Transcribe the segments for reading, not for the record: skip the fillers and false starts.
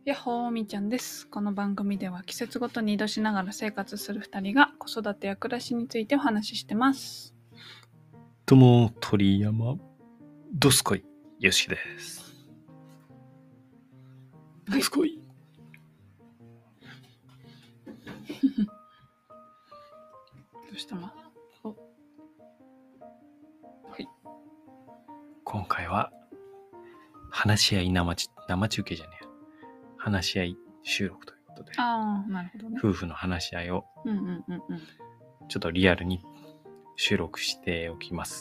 やっほーみーちゃんです。この番組では季節ごとに移動しながら生活する2人が子育てや暮らしについてお話ししてます。 どうも、鳥山どすこいよしきです。どすこい。 どうしたまおはい。 今回は話し合い生中継じゃねえや。話し合い収録ということで、 ああ、なるほどね。 夫婦の話し合いをちょっとリアルに収録しておきます。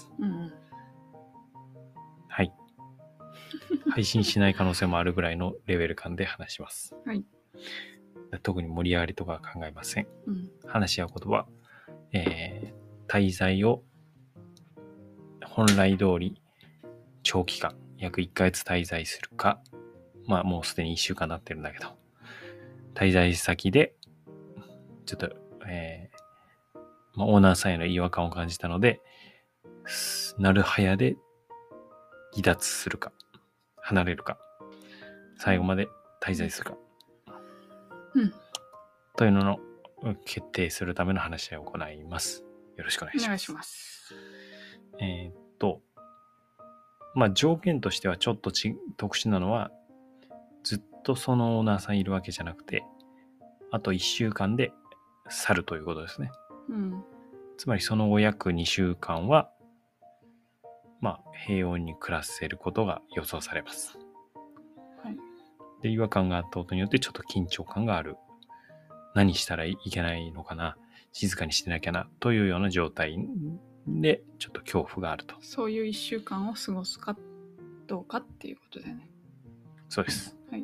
はい。配信しない可能性もあるぐらいのレベル感で話します。 はい。 特に盛り上がりとかは考えません。話し合うことは、滞在を本来通り長期間約1ヶ月滞在するか、まあもうすでに1週間になってるんだけど、滞在先でちょっと、オーナーさんへの違和感を感じたので、なるはやで離脱するか離れるか最後まで滞在するか、というのの決定するための話し合いを行います。よろしくお願いします。 お願いします。 まあ条件としてはちょっと特殊なのは、ずっとそのオーナーさんいるわけじゃなくて、あと1週間で去るということですね。つまりその後約2週間は、まあ平穏に暮らせることが予想されます。 はい。 で、違和感があったことによってちょっと緊張感がある。何したらいけないのかな、静かにしてなきゃなというような状態でちょっと恐怖があると。 そういう1週間を過ごすかどうかっていうことだよね。 そうです。 はい。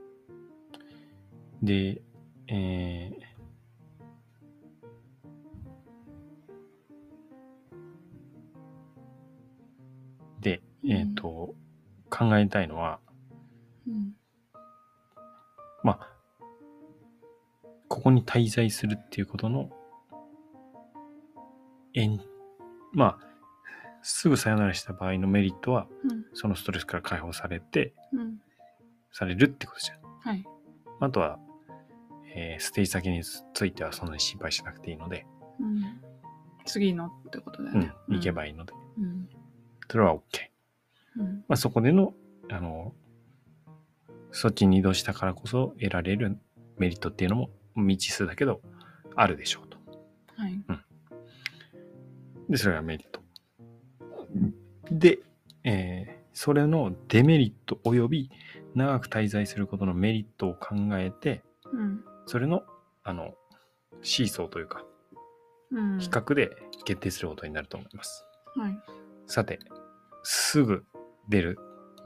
で、考えたいのは、まあここに滞在するっていうことのまあすぐさよならした場合のメリットは、そのストレスから解放されて、されるってことじゃん。 はい。 あとは、ステージ先についてはそんなに心配しなくていいので、 次のってことだよね。 行けばいいので、それは OK。まあそこでのそっちに移動したからこそ得られるメリットっていうのも未知数だけどあるでしょうと。 はい。 で、それがメリット。で、それのデメリットおよび長く滞在することのメリットを考えて、それのシーソーというか、比較で決定することになると思います。 はい。 さて、すぐ出る。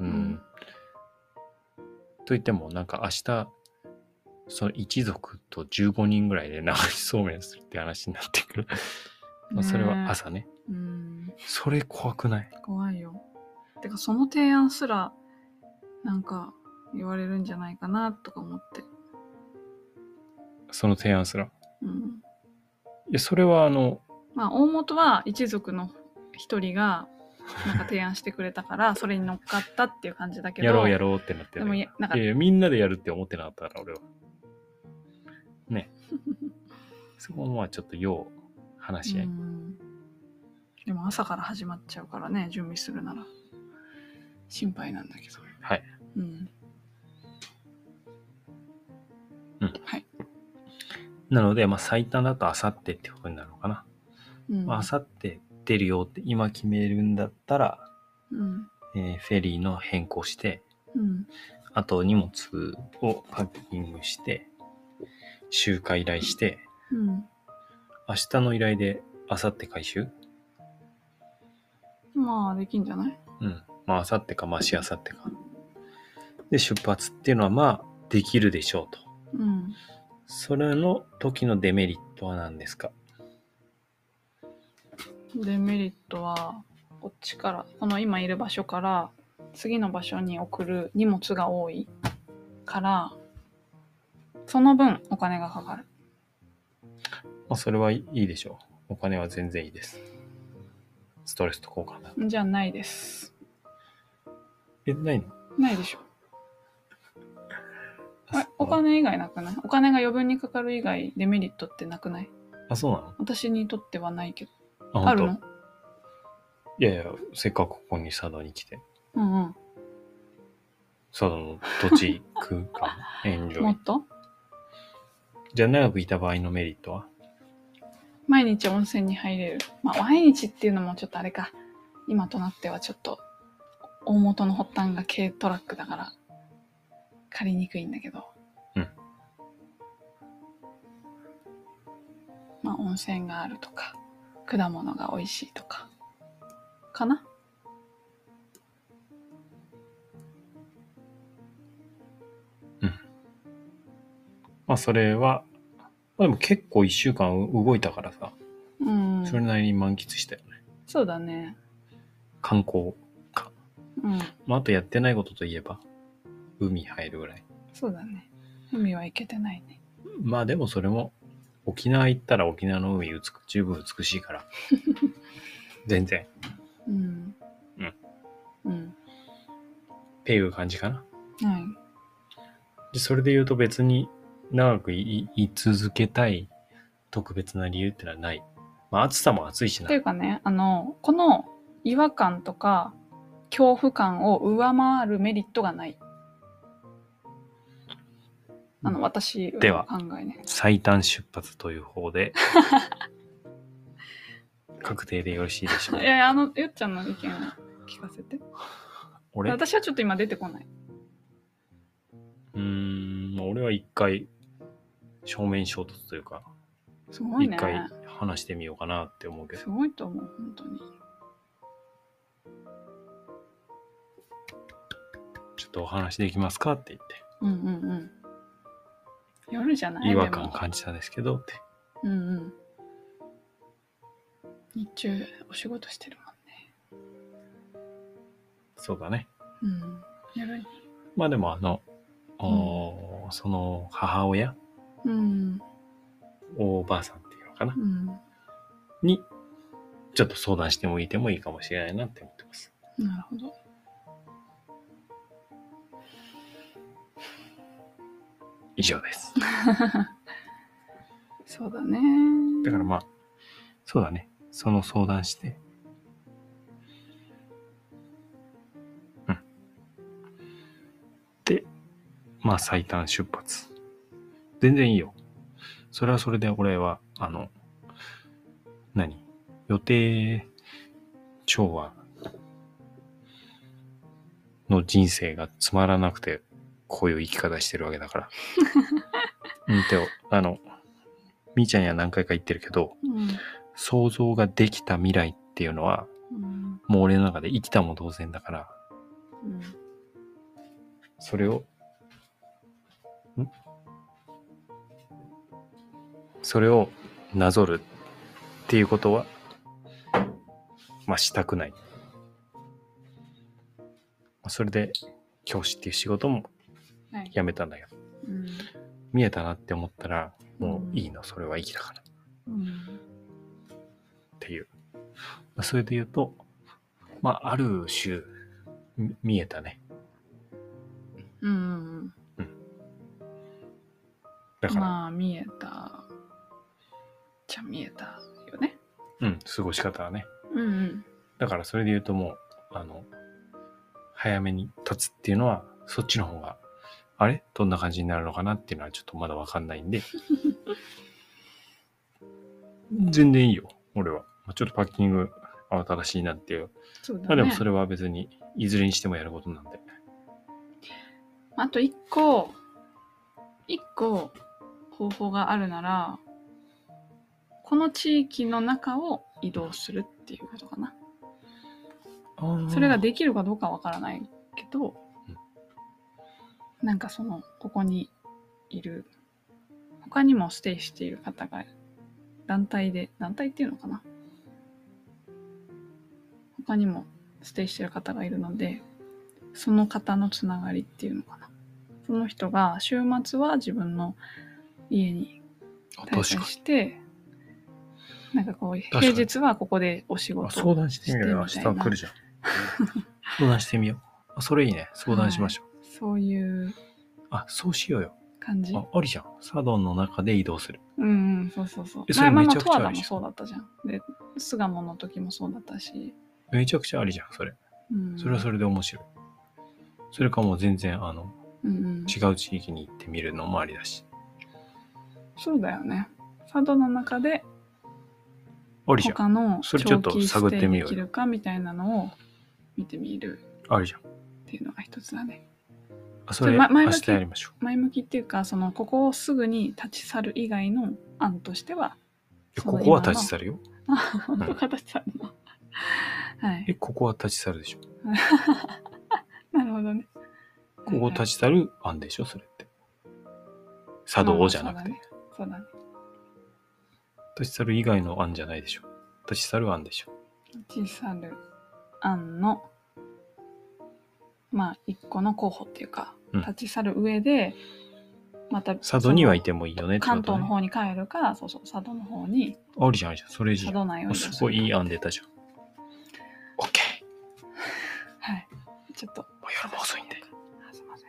といっても、なんか明日、その一族と15人ぐらいで流しそうめんするって話になってくる。まあそれは朝ね。それ怖くない？ 怖いよ。てかその提案すらなんか言われるんじゃないかなとか思って。 その提案すら。いや、それはまあ大元は一族の一人がなんか提案してくれたからそれに乗っかったっていう感じだけど。 やろうってなってる。 でもなんかいやみんなでやるって思ってなかったから俺は。ね。そこはちょっと要話し合い。 でも朝から始まっちゃうからね、準備するなら心配なんだけど。 はい。はい。なので、まあ最短だとあさってってことになるのかな。あさって出るよって今決めるんだったら、フェリーの変更して、あと荷物をパッキングして、集荷依頼して、明日の依頼であさって回収？ まあできんじゃない？ まああさってかましあさってか。で出発っていうのはまあできるでしょうと。それの時のデメリットは何ですか？ デメリットはこっちからこの今いる場所から次の場所に送る荷物が多いからその分お金がかかる。 まあそれはいいでしょう。お金は全然いいです。ストレスと交換だ。 じゃあないです。 ないの？ ないでしょ。 お金以外なくない？お金が余分にかかる以外デメリットってなくない？ あ、そうなの？ 私にとってはないけど。 あるの？ いやいや、せっかくここに佐渡に来て。 うんうん。 佐渡の土地、空間、エンジョイ。 もっと？ じゃあ長くいた場合のメリットは？ 毎日温泉に入れる。まあ毎日っていうのもちょっとあれか。今となってはちょっと大元の発端が軽トラックだから借りにくいんだけど。 うん。 まあ温泉があるとか、果物が美味しいとか。かな？ うん。まあそれは、まあ、でも結構一週間動いたからさ。 うん。 それなりに満喫したよね。 そうだね。 観光か。 うん。 まああとやってないことといえば、海入るぐらい。 そうだね。海は行けてないね。 まあでもそれも、沖縄行ったら沖縄の海十分美しいから。全然。 うん。 うん。 うん。 っていう感じかな。 はい。 で、それで言うと別に長く居続けたい特別な理由ってのはない。まあ暑さも暑いしな。 っていうかね、この違和感とか恐怖感を上回るメリットがない。私の考えね。 最短出発という方で確定でよろしいでしょうか。 いやいや、よっちゃんの意見を聞かせて。私はちょっと今出てこない。 俺は一回正面衝突というか、 すごいね。 一回話してみようかなって思うけど。 すごいと思う、本当に。 ちょっとお話できますかって言って。 うんうんうん。夜じゃない？ 違和感感じたんですけどって。 うんうん。日中お仕事してるもんね。 そうだね。 うん。夜に。 まあでもその母親、 うん、 おばあさんっていうのかな、 うん、 にちょっと相談してもいいかもしれないなって思ってます。 なるほど。 以上です。 そうだね。 だからまあそうだね。その相談して、うん。で、まあ最短出発。全然いいよ。それはそれで俺は予定調和の人生がつまらなくてこういう生き方してるわけだから。みーちゃんには何回か言ってるけど、想像ができた未来っていうのは、もう俺の中で生きたも同然だから、それをなぞるっていうことはまあしたくない。それで教師っていう仕事も辞めたんだけど、見えたなって思ったらもういいの、それは生きたから、っていう。それで言うと、まあある種見えたね。だからまあ見えたじゃ見えたよね。 過ごし方はね。 うんだからそれで言うともう早めに立つっていうのはそっちの方がどんな感じになるのかなっていうのはちょっとまだわかんないんで全然いいよ俺は。ちょっとパッキング慌ただしいなっていう。 そうだね。 まあでもそれは別にいずれにしてもやることなんで。 あと一個方法があるなら、この地域の中を移動するっていうことかな。それができるかどうかわからないけど、なんかここにいる他にもステイしている方が団体っていうのかな、他にもステイしている方がいるので、その方のつながりっていうのかな、その人が週末は自分の家に滞在して、なんかこう平日はここでお仕事をして相談してみようよ。明日来るじゃん。相談してみよう。それいいね。相談しましょう。 そういう。 そうしようよ。 感じ。 ありじゃん。佐渡の中で移動する。 そうそうそう。 それめちゃくちゃあ十和田もりじゃん。 そうだったじゃん。で、巣鴨の時もそうだったし。 めちゃくちゃありじゃん、それ。それはそれで面白い。それかもう全然違う地域に行ってみるのもありだし。 そうだよね。佐渡の中でありじゃん。 他のそれちょっと探ってみようよ。 長期ステイできるかみたいなのを見てみる。 ありじゃん。 っていうのが一つだね。 それ、明日やりましょう。前向きっていうか、ここをすぐに立ち去る以外の案としては、 ここは立ち去るよ。 本当か立ち去るの。はい。 ここは立ち去るでしょ。 なるほどね。 ここ立ち去る案でしょ、それって。茶道じゃなくて。 そうだね。 立ち去る以外の案じゃないでしょ。立ち去る案でしょ。 立ち去る案の、一個の候補っていうか、立ち去る上で、また佐渡にはいてもいいよねってことね。 関東の方に帰るか、そうそう、佐渡の方に。 ありじゃん、それじゃん。 佐渡内をすごいいい案出たじゃん。オッケー。 はい。ちょっと。 もう夜も遅いんで。 すいません。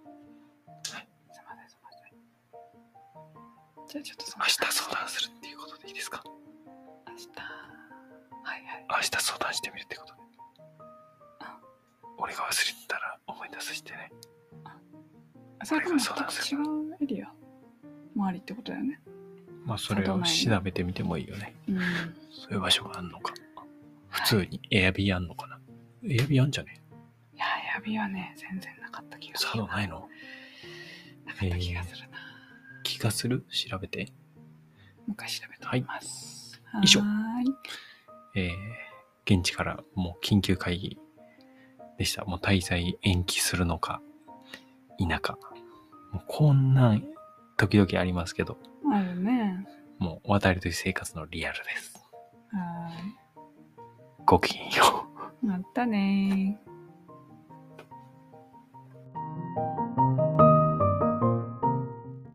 じゃあちょっと明日相談するっていうことでいいですか？ 明日。はいはい。 明日相談してみるってことで。俺が忘れてたら思い出させてね。 それとも違うエリアもありってことだよね。 それを調べてみてもいいよね。そういう場所があんのか。普通にエアビーあんのかな。エアビーあんじゃね？ いや、エアビーはね、全然なかった気がする。 佐渡ないの？ なかった気がするな。 気がする？調べて。 もう一回調べてみます。 以上。現地からもう緊急会議でした。もう滞在延期するのか否か。もうこんなん時々ありますけど。 あるね。 もう渡り鳥生活のリアルです。 はい。 ごきげんよう。 またねー。